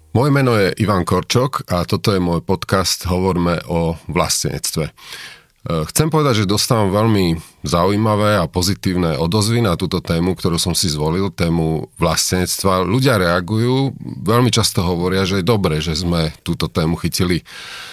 Moje meno je Ivan Korčok a toto je môj podcast Hovorme o vlastenectve. Chcem povedať, že dostávam veľmi zaujímavé a pozitívne odozvy na túto tému, ktorú som si zvolil, tému vlastenectva. Ľudia reagujú, veľmi často hovoria, že je dobre, že sme túto tému chytili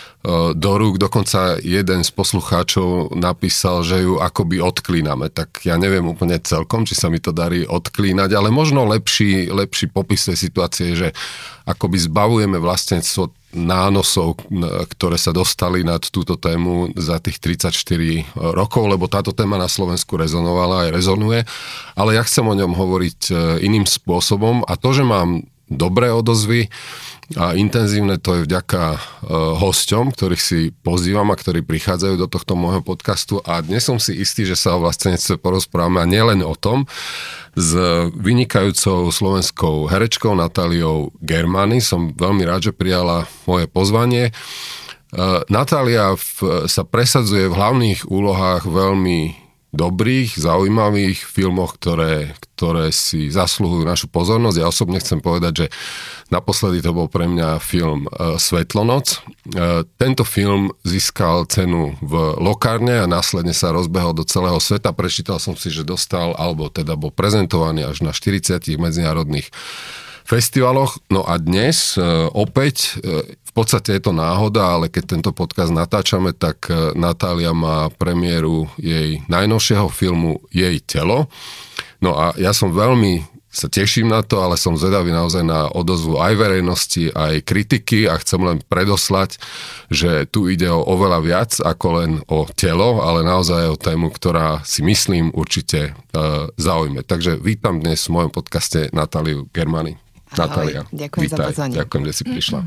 do rúk. Dokonca jeden z poslucháčov napísal, že ju akoby odklíname. Tak ja neviem úplne celkom, či sa mi to darí odklínať, ale možno lepší popis tej situácie je, že akoby zbavujeme vlastenectvo nánosov, ktoré sa dostali nad túto tému za tých 34 rokov, lebo táto téma na Slovensku rezonovala aj rezonuje, ale ja chcem o ňom hovoriť iným spôsobom a to, že mám dobré odozvy a intenzívne, to je vďaka hosťom, ktorých si pozývam a ktorí prichádzajú do tohto môjho podcastu a dnes som si istý, že sa o vlastenectve porozprávame a nielen o tom s vynikajúcou slovenskou herečkou Natáliou Germany. Som veľmi rád, že prijala moje pozvanie. Natália sa presadzuje v hlavných úlohách veľmi dobrých, zaujímavých filmoch, ktoré si zasluhujú našu pozornosť. Ja osobne chcem povedať, že naposledy to bol pre mňa film Svetlonoc. Tento film získal cenu v Lokárne a následne sa rozbehol do celého sveta. Prečítal som si, že dostal, alebo teda bol prezentovaný až na 40 medzinárodných festivaloch. No a dnes opäť, v podstate je to náhoda, ale keď tento podcast natáčame, tak Natália má premiéru jej najnovšieho filmu Jej telo. No a ja som veľmi sa teším na to, ale som zvedavý naozaj na odozvu aj verejnosti, aj kritiky a chcem len predoslať, že tu ide o oveľa viac ako len o telo, ale naozaj o tému, ktorá si myslím určite zaujme. Takže vítam dnes v mojom podcaste Natáliu Germany. Natália, ďakujem vítaj. Za pozvanie. Ďakujem, že si prišla.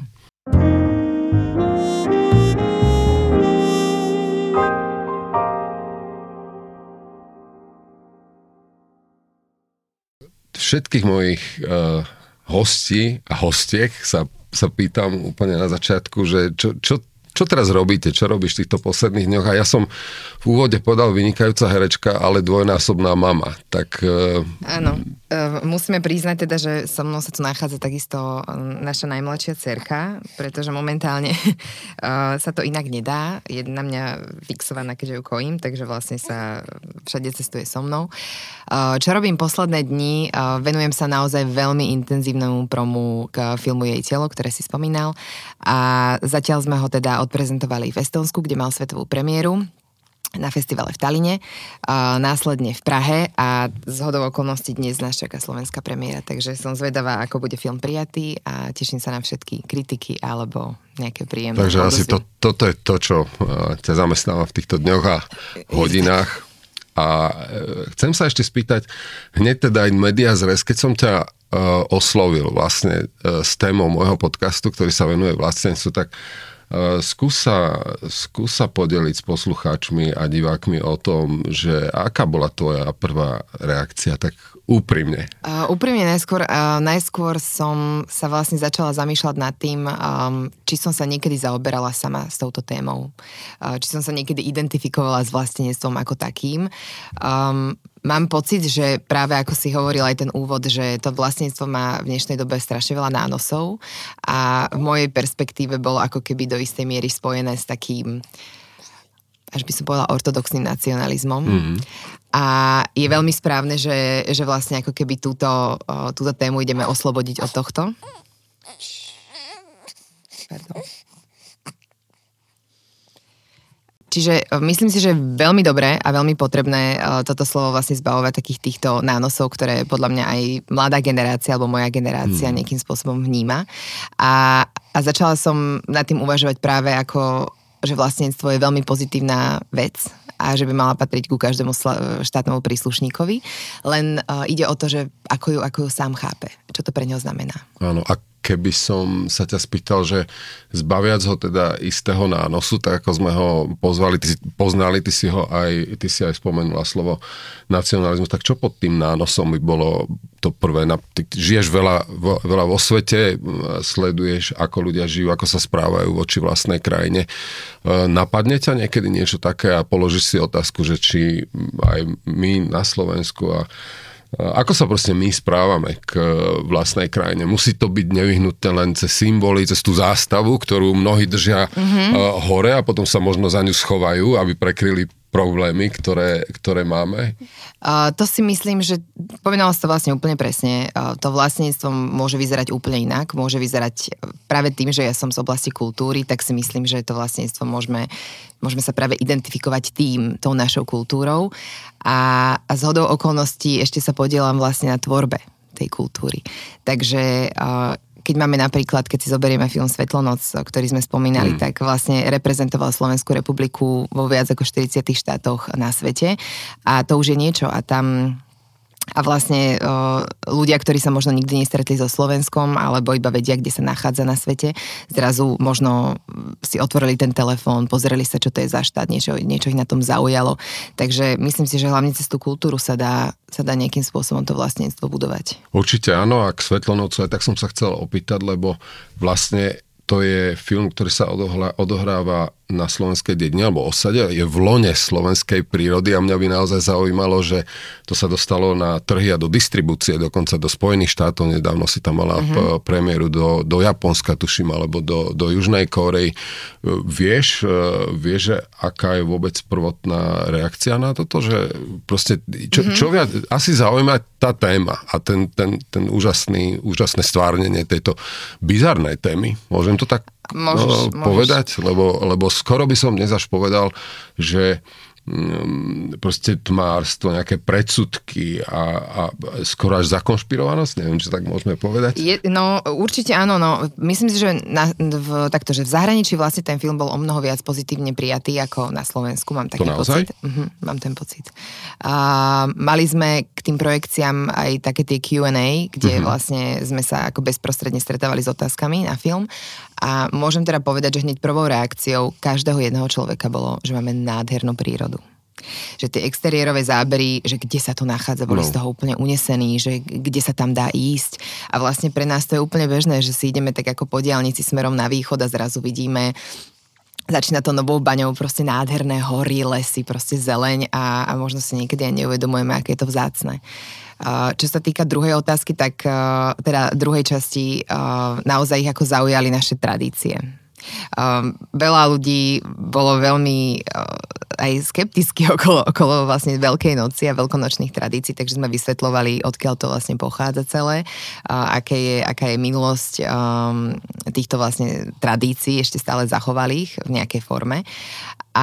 Všetkých mojich hostí a hostiek sa pýtam úplne na začiatku, že čo teraz robíte? Čo robíš v týchto posledných dňoch? A ja som v úvode povedal vynikajúca herečka, ale dvojnásobná mama. Tak áno, musíme priznať teda, že so mnou sa tu nachádza takisto naša najmladšia dcerka, pretože momentálne sa to inak nedá. Je na mňa fixovaná, keďže ju kojím, takže vlastne sa všade cestuje so mnou. Čo robím posledné dni? Venujem sa naozaj veľmi intenzívnemu promu k filmu Jej telo, ktoré si spomínal. A zatiaľ sme ho teda odprezentovali v Estonsku, kde mal svetovú premiéru na festivale v Taline, následne v Prahe a zhodou okolností dnes nás čaká slovenská premiéra, takže som zvedavá, ako bude film prijatý a teším sa na všetky kritiky alebo nejaké príjemné. Takže asi toto je to, čo ťa zamestnáva v týchto dňoch a hodinách. A chcem sa ešte spýtať, hneď teda in medias res, keď som ťa oslovil vlastne s témou môjho podcastu, ktorý sa venuje vlastenectvu, tak skús sa podeliť s poslucháčmi a divákmi o tom, že aká bola tvoja prvá reakcia, tak úprimne. Úprimne najskôr som sa vlastne začala zamýšľať nad tým, či som sa niekedy zaoberala sama s touto témou. Či som sa niekedy identifikovala s vlastenectvom ako takým. Mám pocit, že práve ako si hovoril aj ten úvod, že to vlastníctvo má v dnešnej dobe strašne veľa nánosov a v mojej perspektíve bolo ako keby do istej miery spojené s takým, až by som povedala, ortodoxným nacionalizmom. Mm-hmm. A je veľmi správne, že vlastne ako keby túto tému ideme oslobodiť od tohto. Pardon. Čiže myslím si, že je veľmi dobré a veľmi potrebné toto slovo vlastne zbavovať takých týchto nánosov, ktoré podľa mňa aj mladá generácia alebo moja generácia nejakým spôsobom vníma. A začala som nad tým uvažovať práve ako, že vlastníctvo je veľmi pozitívna vec a že by mala patriť ku každému štátnemu príslušníkovi. Len ide o to, že ako ju sám chápe. Čo to pre neho znamená. Áno, a keby som sa ťa spýtal, že zbaviac ho teda istého nánosu, tak ako sme ho poznali, ty si aj spomenula slovo nacionalizmus, tak čo pod tým nánosom by bolo to prvé? Ty žiješ veľa vo svete, sleduješ, ako ľudia žijú, ako sa správajú voči vlastnej krajine. Napadne ťa niekedy niečo také a položíš si otázku, že či aj my na Slovensku a Ako sa proste my správame k vlastnej krajine? Musí to byť nevyhnutné len cez symboly, cez tú zástavu, ktorú mnohí držia hore a potom sa možno za ňu schovajú, aby prekryli problémy, ktoré máme? To si myslím, že povedala si to vlastne úplne presne. To vlastníctvo môže vyzerať úplne inak. Môže vyzerať práve tým, že ja som z oblasti kultúry, tak si myslím, že to vlastníctvo môžeme sa práve identifikovať tou našou kultúrou a zhodou okolností ešte sa podielam vlastne na tvorbe tej kultúry. Takže keď máme napríklad, keď si zoberieme film Svetlonoc, ktorý sme spomínali, tak vlastne reprezentoval Slovenskú republiku vo viac ako 40 štátoch na svete a to už je niečo a tam a vlastne ľudia, ktorí sa možno nikdy nestretli so Slovenskom alebo iba vedia, kde sa nachádza na svete, zrazu možno si otvorili ten telefón, pozreli sa, čo to je za štát, niečo ich na tom zaujalo. Takže myslím si, že hlavne cez tú kultúru sa dá nejakým spôsobom to vlastníctvo budovať. Určite áno, a k Svetlonocu aj tak som sa chcel opýtať, lebo vlastne to je film, ktorý sa odohráva na slovenskej dedine alebo osade, je v lone slovenskej prírody a mňa by naozaj zaujímalo, že to sa dostalo na trhy a do distribúcie, dokonca do Spojených štátov, nedávno si tam mala premiéru do Japonska, tuším, alebo do Južnej Kórey. Vieš, že aká je vôbec prvotná reakcia na toto, že proste, čo viac, asi zaujíma tá téma a ten úžasné stvárnenie tejto bizarnej témy. Môžem to tak povedať? Lebo skoro by som dnes až povedal, že proste tmárstvo, nejaké predsudky a skoro až zakonšpirovanosť, neviem, či tak môžeme povedať. No, určite áno, no. Myslím si, že že v zahraničí vlastne ten film bol o mnoho viac pozitívne prijatý ako na Slovensku, mám taký pocit. Mám ten pocit. Mali sme k tým projekciám aj také tie Q&A, kde vlastne sme sa ako bezprostredne stretávali s otázkami na film a môžem teda povedať, že hneď prvou reakciou každého jedného človeka bolo, že máme nádhernú prírodu. Že tie exteriérové zábery, že kde sa to nachádza, boli z toho úplne unesení, že kde sa tam dá ísť. A vlastne pre nás to je úplne bežné, že si ideme tak ako po diaľnici smerom na východ a zrazu vidíme, začína to Novou Baňou, proste nádherné hory, lesy, proste zeleň a možno si niekedy aj neuvedomujeme, aké je to vzácne. Čo sa týka druhej otázky, tak teda druhej časti naozaj ich ako zaujali naše tradície. Veľa ľudí bolo veľmi aj skepticky okolo vlastne Veľkej noci a veľkonočných tradícií, takže sme vysvetľovali, odkiaľ to vlastne pochádza celé, aká je minulosť týchto vlastne tradícií, ešte stále zachovalých v nejakej forme. A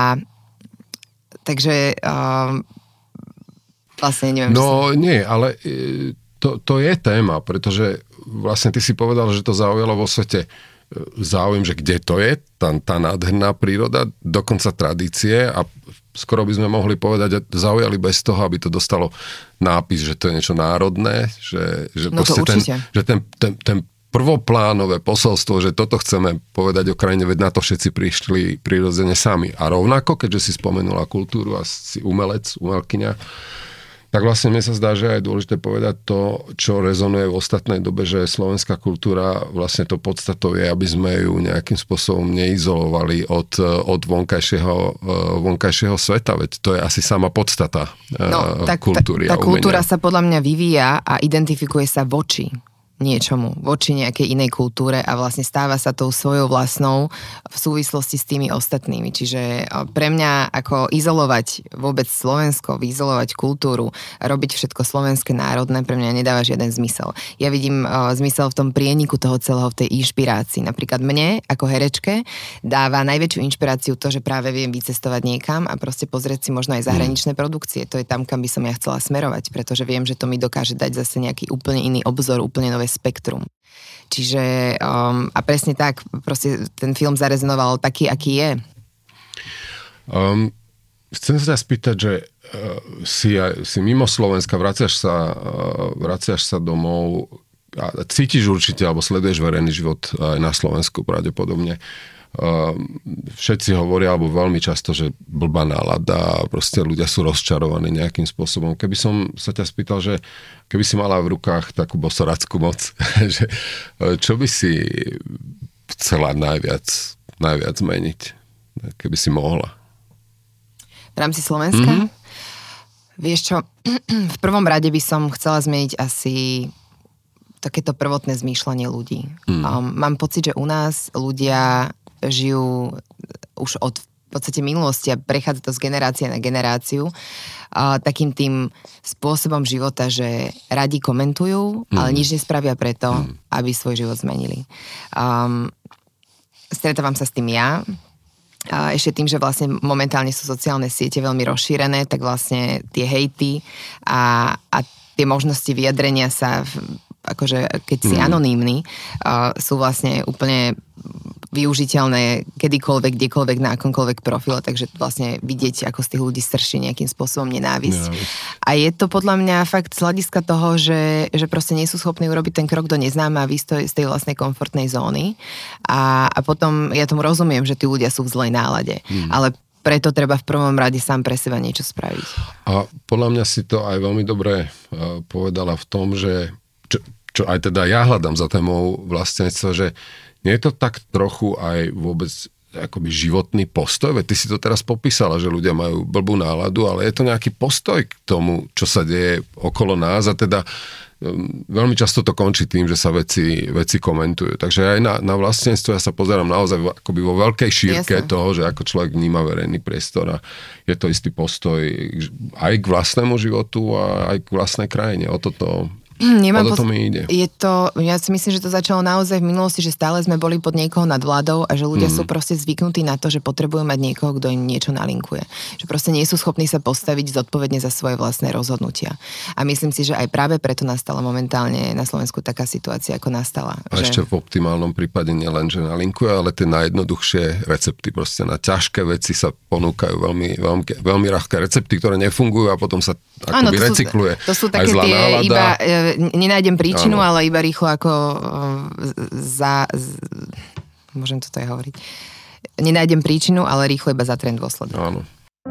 takže vlastne neviem... No nie, ale to je téma, pretože vlastne ty si povedal, že to zaujalo vo svete záujem, že kde to je, tá nádherná príroda, dokonca tradície a skoro by sme mohli povedať, že zaujali bez toho, aby to dostalo nápis, že to je niečo národné, že ten prvoplánové posolstvo, že toto chceme povedať o krajine, veď na to všetci prišli prirodzene sami. A rovnako, keďže si spomenula kultúru a si umelkyňa, tak vlastne mne sa zdá, že je dôležité povedať to, čo rezonuje v ostatnej dobe, že slovenská kultúra vlastne to podstatou je, aby sme ju nejakým spôsobom neizolovali od vonkajšieho sveta, veď to je asi sama podstata kultúry a umenia. Tá kultúra sa podľa mňa vyvíja a identifikuje sa voči niečomu, voči nejakej inej kultúre a vlastne stáva sa tou svojou vlastnou v súvislosti s tými ostatnými. Čiže pre mňa ako izolovať vôbec Slovensko, izolovať kultúru, robiť všetko slovenské národné, pre mňa nedáva žiaden zmysel. Ja vidím zmysel v tom prieniku toho celého, v tej inšpirácii. Napríklad mne, ako herečke, dáva najväčšiu inšpiráciu to, že práve viem vycestovať niekam a proste pozrieť si možno aj zahraničné produkcie. To je tam, kam by som ja chcela smerovať, pretože viem, že to mi dokáže dať zase nejaký úplne iný obzor, úplne nové spektrum. Čiže a presne tak, proste ten film zarezonoval taký, aký je. Chcem sa spýtať, že si mimo Slovenska, vraciaš sa domov a cítiš určite, alebo sleduješ verejný život aj na Slovensku pravdepodobne. Všetci hovoria, alebo veľmi často, že blbá nálada a proste ľudia sú rozčarovaní nejakým spôsobom. Keby som sa ťa spýtal, že keby si mala v rukách takú bosorackú moc, že čo by si chcela najviac zmeniť, keby si mohla? V rámci Slovenska? Vieš čo, v prvom rade by som chcela zmeniť asi takéto prvotné zmýšľanie ľudí. Mám pocit, že u nás ľudia žijú už od v podstate minulosti a prechádza to z generácie na generáciu takým tým spôsobom života, že radi komentujú, ale nič nespravia preto, aby svoj život zmenili. Stretávam sa s tým ja. Ešte tým, že vlastne momentálne sú sociálne siete veľmi rozšírené, tak vlastne tie hejty a tie možnosti vyjadrenia sa akože keď si anonymný, sú vlastne úplne využiteľné kedykoľvek, kdekoľvek, na akomkoľvek profile, takže vlastne vidieť, ako z tých ľudí strší nejakým spôsobom nenávisť. A je to podľa mňa fakt z hľadiska toho, že proste nie sú schopní urobiť ten krok do neznáma a výjsť z tej vlastnej komfortnej zóny. A potom ja tomu rozumiem, že tí ľudia sú v zlej nálade. Ale preto treba v prvom rade sám pre seba niečo spraviť. A podľa mňa si to aj veľmi dobre povedala v tom, že čo aj teda ja hľadám za témou vlastníctva, že nie je to tak trochu aj vôbec akoby životný postoj? Veď ty si to teraz popísala, že ľudia majú blbú náladu, ale je to nejaký postoj k tomu, čo sa deje okolo nás a teda veľmi často to končí tým, že sa veci komentujú. Takže aj na vlastníctvo ja sa pozerám naozaj akoby vo veľkej šírke toho, že ako človek vníma verejný priestor a je to istý postoj aj k vlastnému životu a aj k vlastnej krajine. O toto mi ide. Ja si myslím, že to začalo naozaj v minulosti, že stále sme boli pod niekoho nad vládou a že ľudia sú proste zvyknutí na to, že potrebujú mať niekoho, kto im niečo nalinkuje. Že proste nie sú schopní sa postaviť zodpovedne za svoje vlastné rozhodnutia. A myslím si, že aj práve preto nastala momentálne na Slovensku taká situácia, ako nastala. A ešte v optimálnom prípade nielen, že nalinkuje, ale tie najjednoduchšie recepty. Proste na ťažké veci sa ponúkajú veľmi ľahké recepty, ktoré nefungujú a potom sa akoby recykluje. To sú také tie iba nenájdem príčinu, ale iba rýchlo ako môžem toto aj hovoriť. Nenájdem príčinu, ale rýchlo iba zatriem dôsledok. Áno.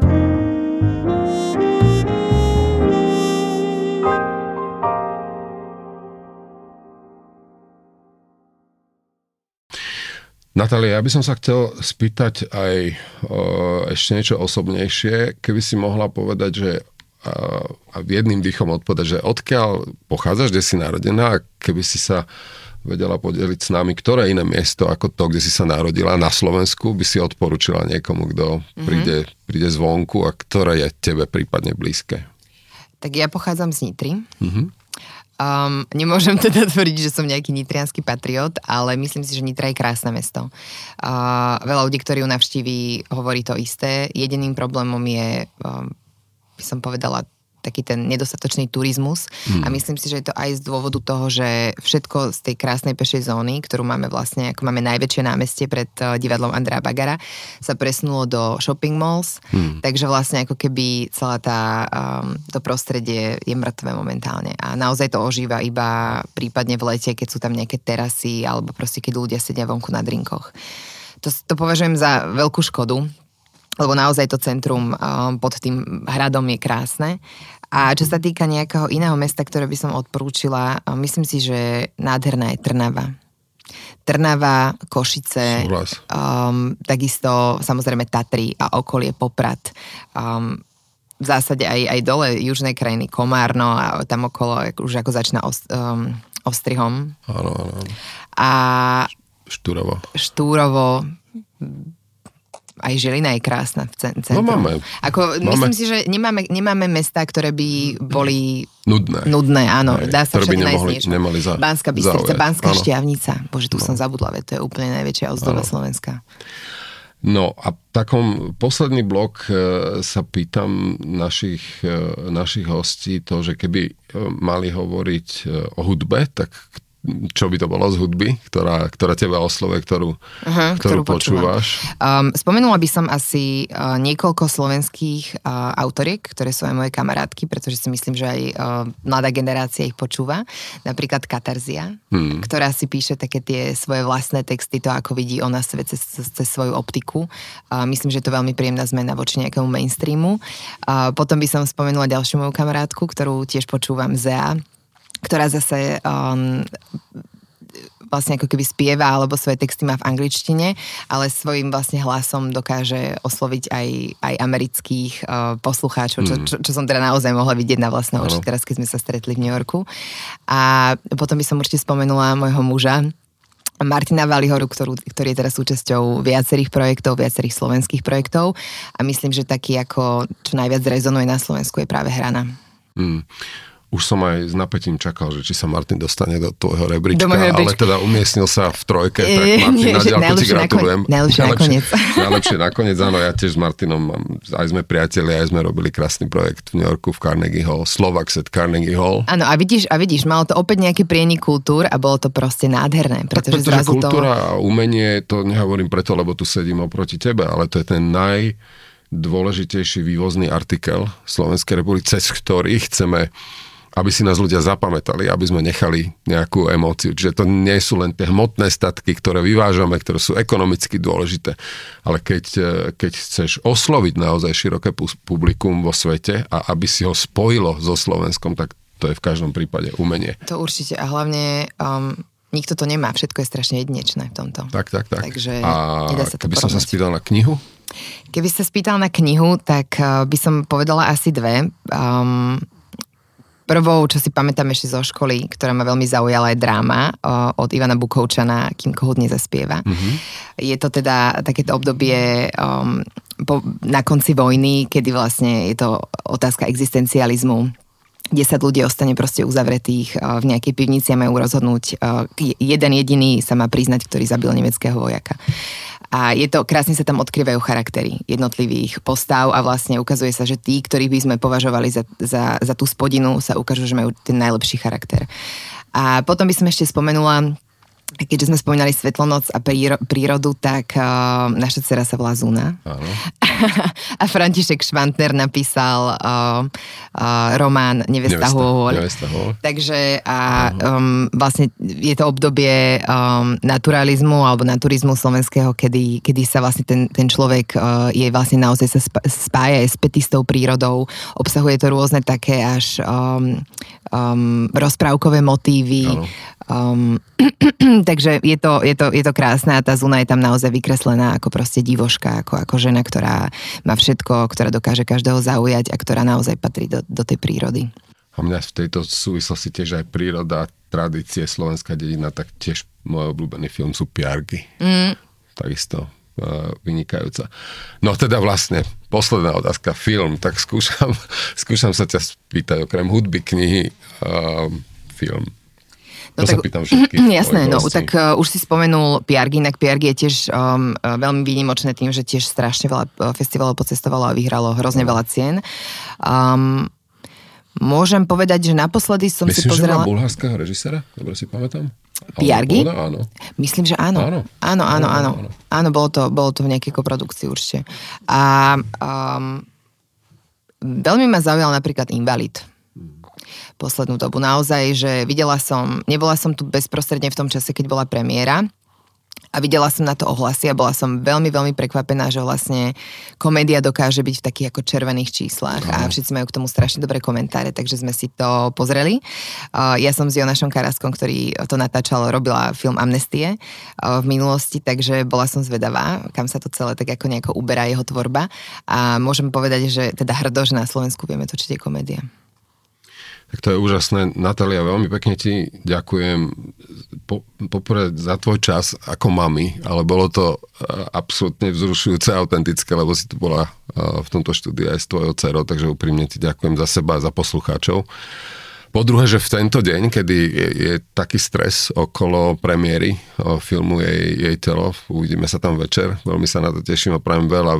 Natália, ja by som sa chcel spýtať aj ešte niečo osobnejšie. Keby si mohla povedať, že a jedným dýchom odpovedať, že odkiaľ pochádzaš, kde si narodená a keby si sa vedela podeliť s nami, ktoré iné miesto ako to, kde si sa narodila na Slovensku, by si odporúčila niekomu, kto príde zvonku a ktoré je tebe prípadne blízke. Tak ja pochádzam z Nitry. Nemôžem teda tvrdiť, že som nejaký nitriansky patriot, ale myslím si, že Nitra je krásne mesto. Veľa ľudí, ktorí ju navštíví, hovorí to isté. Jediným problémom je by som povedala, taký ten nedostatočný turizmus a myslím si, že je to aj z dôvodu toho, že všetko z tej krásnej pešej zóny, ktorú máme vlastne, ako máme najväčšie námestie pred divadlom Andreja Bagara, sa presunulo do shopping malls, takže vlastne ako keby celá to prostredie je mŕtve momentálne a naozaj to ožíva iba prípadne v lete, keď sú tam nejaké terasy alebo proste keď ľudia sedia vonku na drinkoch. To považujem za veľkú škodu, lebo naozaj to centrum pod tým hradom je krásne. A čo sa týka nejakého iného mesta, ktoré by som odporúčila, myslím si, že nádherná je Trnava. Trnava, Košice, takisto samozrejme Tatry a okolie Poprad. V zásade aj dole južnej krajiny Komárno a tam okolo už ako začína Ostrihom. Áno. A Štúrovo. Aj Žilina je krásna v centru. No máme. Myslím si, že nemáme mestá, ktoré by boli nudné, áno. Dá sa všade nájsť niečo. Banská Bystrica, Banská Štiavnica. Bože, tu som zabudla, to je úplne najväčšia ozdoba Slovenska. No a takom posledný blok sa pýtam našich hostí to, že keby mali hovoriť o hudbe, tak čo by to bolo z hudby, ktorá teba oslovuje, ktorú počúvaš? Spomenula by som asi niekoľko slovenských autoriek, ktoré sú aj moje kamarátky, pretože si myslím, že aj mladá generácia ich počúva. Napríklad Katarzia, ktorá si píše také tie svoje vlastné texty, to ako vidí ona svet cez svoju optiku. Myslím, že je to veľmi príjemná zmena voči nejakému mainstreamu. Potom by som spomenula ďalšiu moju kamarátku, ktorú tiež počúvam, Zea, ktorá zase vlastne ako keby spieva alebo svoje texty má v angličtine, ale svojím vlastne hlasom dokáže osloviť aj amerických poslucháčov, čo som teda naozaj mohla vidieť na vlastné oči teraz, keď sme sa stretli v New Yorku. A potom by som určite spomenula môjho muža, Martina Valihoru, ktorý je teraz súčasťou viacerých projektov, viacerých slovenských projektov a myslím, že taký ako čo najviac rezonuje na Slovensku je práve Hrana. Už som aj s napätím čakal, že či sa Martin dostane do tvojho rebríčka, ale teda umiestnil sa v trojke, tak Martin, naďalej ti gratulujem. Najlepšie nakoniec. Najlepšie nakoniec, áno, ja tiež s Martinom, aj sme priatelia, aj sme robili krásny projekt v New Yorku v Carnegie Hall, Slovaks at Carnegie Hall. Áno, a vidíš, malo to opäť nejaký prienik kultúr a bolo to proste nádherné. Pretože kultúra a umenie, to nehovorím preto, lebo tu sedím oproti tebe, ale to je ten najdôležitejší vývozný artikel Slovenskej republiky, cez ktorý chceme, aby si nás ľudia zapamätali, aby sme nechali nejakú emóciu. Čiže to nie sú len tie hmotné statky, ktoré vyvážame, ktoré sú ekonomicky dôležité, ale keď chceš osloviť naozaj široké publikum vo svete a aby si ho spojilo so Slovenskom, tak to je v každom prípade umenie. To určite a hlavne nikto to nemá, všetko je strašne jedinečné v tomto. Tak. Takže a nedá sa to keby porovnať. Som sa spýtal na knihu? Keby sa spýtal na knihu, tak by som povedala asi dve. Prvou, čo si pamätám ešte zo školy, ktorá ma veľmi zaujala, je dráma od Ivana Bukovčana, Kým kohút nezaspieva. Je to teda takéto obdobie na konci vojny, kedy vlastne je to otázka existencializmu. 10 ľudí ostane proste uzavretých v nejakej pivnici a majú rozhodnúť. Jeden jediný sa má priznať, ktorý zabil nemeckého vojaka. A je to, krásne sa tam odkrývajú charaktery jednotlivých postav a vlastne ukazuje sa, že tí, ktorí by sme považovali za tú spodinu, sa ukážu, že majú ten najlepší charakter. A potom by som ešte spomenula, keďže sme spomínali Svetlonoc a prírodu, tak naša dcera sa volá Zuna. Áno. A František Švantner napísal román Nevesta Hôľ. Takže vlastne je to obdobie naturalizmu alebo naturizmu slovenského, kedy sa vlastne ten človek je vlastne naozaj sa spája spätý s tou prírodou. Obsahuje to rôzne také až rozprávkové motívy. Takže je to krásne a tá Zuna je tam naozaj vykreslená ako proste divoška, ako žena, ktorá má všetko, ktorá dokáže každého zaujať a ktorá naozaj patrí do tej prírody. A mňa v tejto súvislosti tiež aj príroda, tradície, slovenská dedina, tak tiež môj obľúbený film sú Piargy. Takisto vynikajúca. No teda vlastne, posledná otázka, film, tak skúšam sa ťa spýtať, okrem hudby, knihy, film. No to tak, sa pýtam všetkých. Jasné, no tak už si spomenul Piargy, inak Piargy je tiež veľmi výnimočné tým, že tiež strašne veľa festivalov pocestovalo a vyhralo hrozne veľa cien. Môžem povedať, že naposledy som si pozerala... Myslím, že má bulharského režisera, dobre si pamätám? Piargy? Áno. Myslím, že áno. Áno, bolo to v nejakej koprodukcii určite. A veľmi ma zaujal napríklad Invalid. Poslednú dobu naozaj, že nebola som tu bezprostredne v tom čase, keď bola premiéra a videla som na to ohlasy a bola som veľmi, veľmi prekvapená, že vlastne komédia dokáže byť v takých ako červených číslach a všetci majú k tomu strašne dobré komentáre, takže sme si to pozreli. Ja som s Jonášom Karaskom, ktorý to natáčal, robila film Amnestie v minulosti, takže bola som zvedavá, kam sa to celé tak ako nejako uberá jeho tvorba a môžem povedať, že teda hrdo, že na Slovensku vieme točiť aj komédia. Tak to je úžasné. Natália, veľmi pekne ti ďakujem poprvé za tvoj čas ako mami, ale bolo to absolútne vzrušujúce a autentické, lebo si tu bola v tomto štúdiu aj s tvojou dcerou, takže úprimne ti ďakujem za seba a za poslucháčov. Po druhé, že v tento deň, kedy je taký stres okolo premiéry filmu jej telo, uvidíme sa tam večer, veľmi sa na to teším a prajem veľa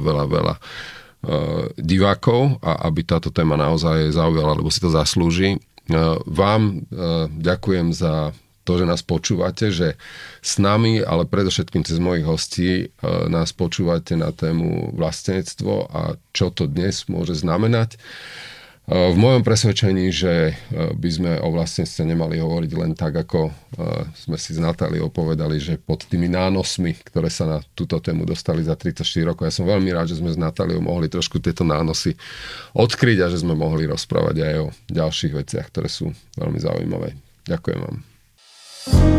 divákov a aby táto téma naozaj zaujala, lebo si to zaslúži. Vám ďakujem za to, že nás počúvate, že s nami, ale predovšetkým cez mojich hostí nás počúvate na tému vlastenectvo a čo to dnes môže znamenať. V mojom presvedčení, že by sme o vlastenectve nemali hovoriť len tak, ako sme si s Natáliou povedali, že pod tými nánosmi, ktoré sa na túto tému dostali za 34 rokov. Ja som veľmi rád, že sme s Natáliou mohli trošku tieto nánosy odkryť a že sme mohli rozprávať aj o ďalších veciach, ktoré sú veľmi zaujímavé. Ďakujem vám.